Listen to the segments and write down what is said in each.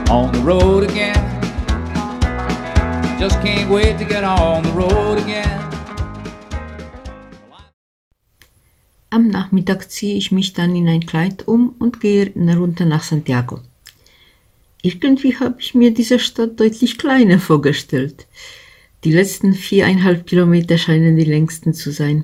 on the road again. Just can't wait to get on the road again. Am Nachmittag ziehe ich mich dann in ein Kleid um und gehe runter nach Santiago. Irgendwie habe ich mir diese Stadt deutlich kleiner vorgestellt. Die letzten 4,5 Kilometer scheinen die längsten zu sein.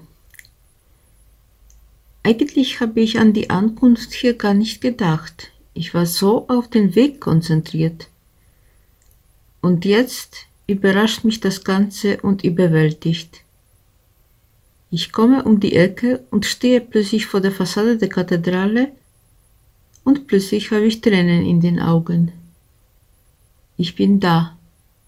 Eigentlich habe ich an die Ankunft hier gar nicht gedacht. Ich war so auf den Weg konzentriert. Und jetzt überrascht mich das Ganze und überwältigt. Ich komme um die Ecke und stehe plötzlich vor der Fassade der Kathedrale und plötzlich habe ich Tränen in den Augen. Ich bin da.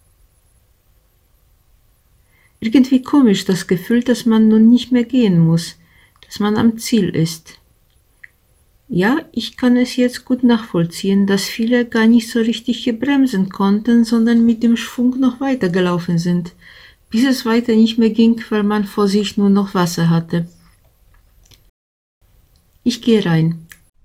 Irgendwie komisch das Gefühl, dass man nun nicht mehr gehen muss, dass man am Ziel ist. Ja, ich kann es jetzt gut nachvollziehen, dass viele gar nicht so richtig hier bremsen konnten, sondern mit dem Schwung noch weitergelaufen sind, bis es weiter nicht mehr ging, weil man vor sich nur noch Wasser hatte. Ich gehe rein.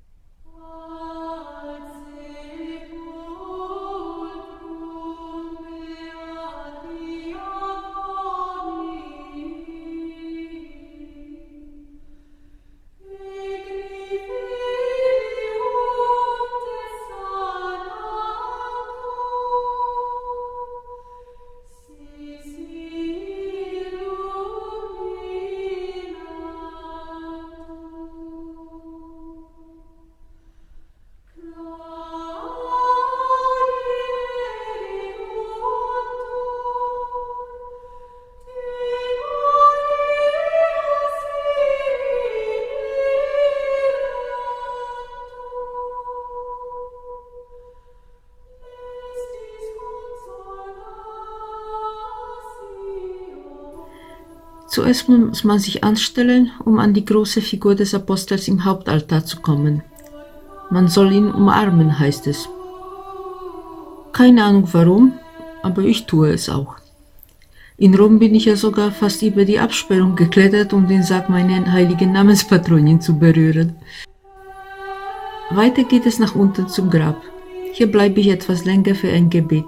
Zuerst muss man sich anstellen, um an die große Figur des Apostels im Hauptaltar zu kommen. Man soll ihn umarmen, heißt es. Keine Ahnung warum, aber ich tue es auch. In Rom bin ich ja sogar fast über die Absperrung geklettert, um den Sarg meiner heiligen Namenspatronin zu berühren. Weiter geht es nach unten zum Grab. Hier bleibe ich etwas länger für ein Gebet.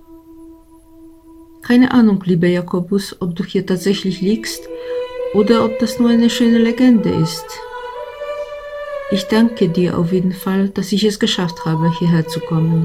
Keine Ahnung, lieber Jakobus, ob du hier tatsächlich liegst oder ob das nur eine schöne Legende ist. Ich danke dir auf jeden Fall, dass ich es geschafft habe, hierher zu kommen.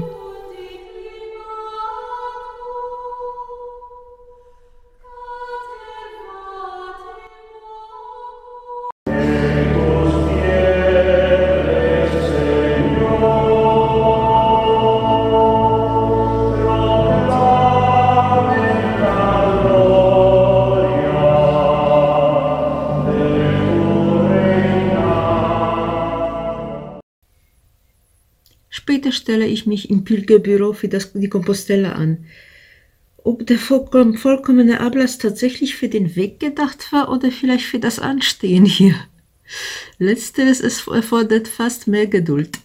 Später stelle ich mich im Pilgerbüro für die Compostela an. Ob der vollkommene Ablass tatsächlich für den Weg gedacht war oder vielleicht für das Anstehen hier. Letzteres erfordert fast mehr Geduld.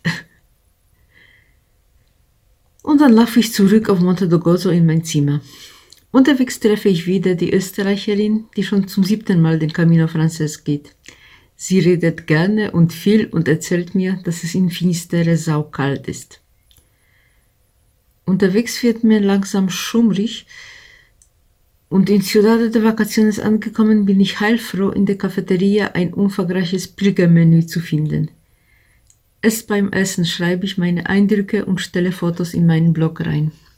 Und dann laufe ich zurück auf Monte do Gozo in mein Zimmer. Unterwegs treffe ich wieder die Österreicherin, die schon zum 7. Mal den Camino Frances geht. Sie redet gerne und viel und erzählt mir, dass es in Finisterre saukalt ist. Unterwegs wird mir langsam schummrig und in Ciudad de Vacaciones angekommen bin ich heilfroh, in der Cafeteria ein umfangreiches Pilgermenü zu finden. Erst beim Essen schreibe ich meine Eindrücke und stelle Fotos in meinen Blog rein.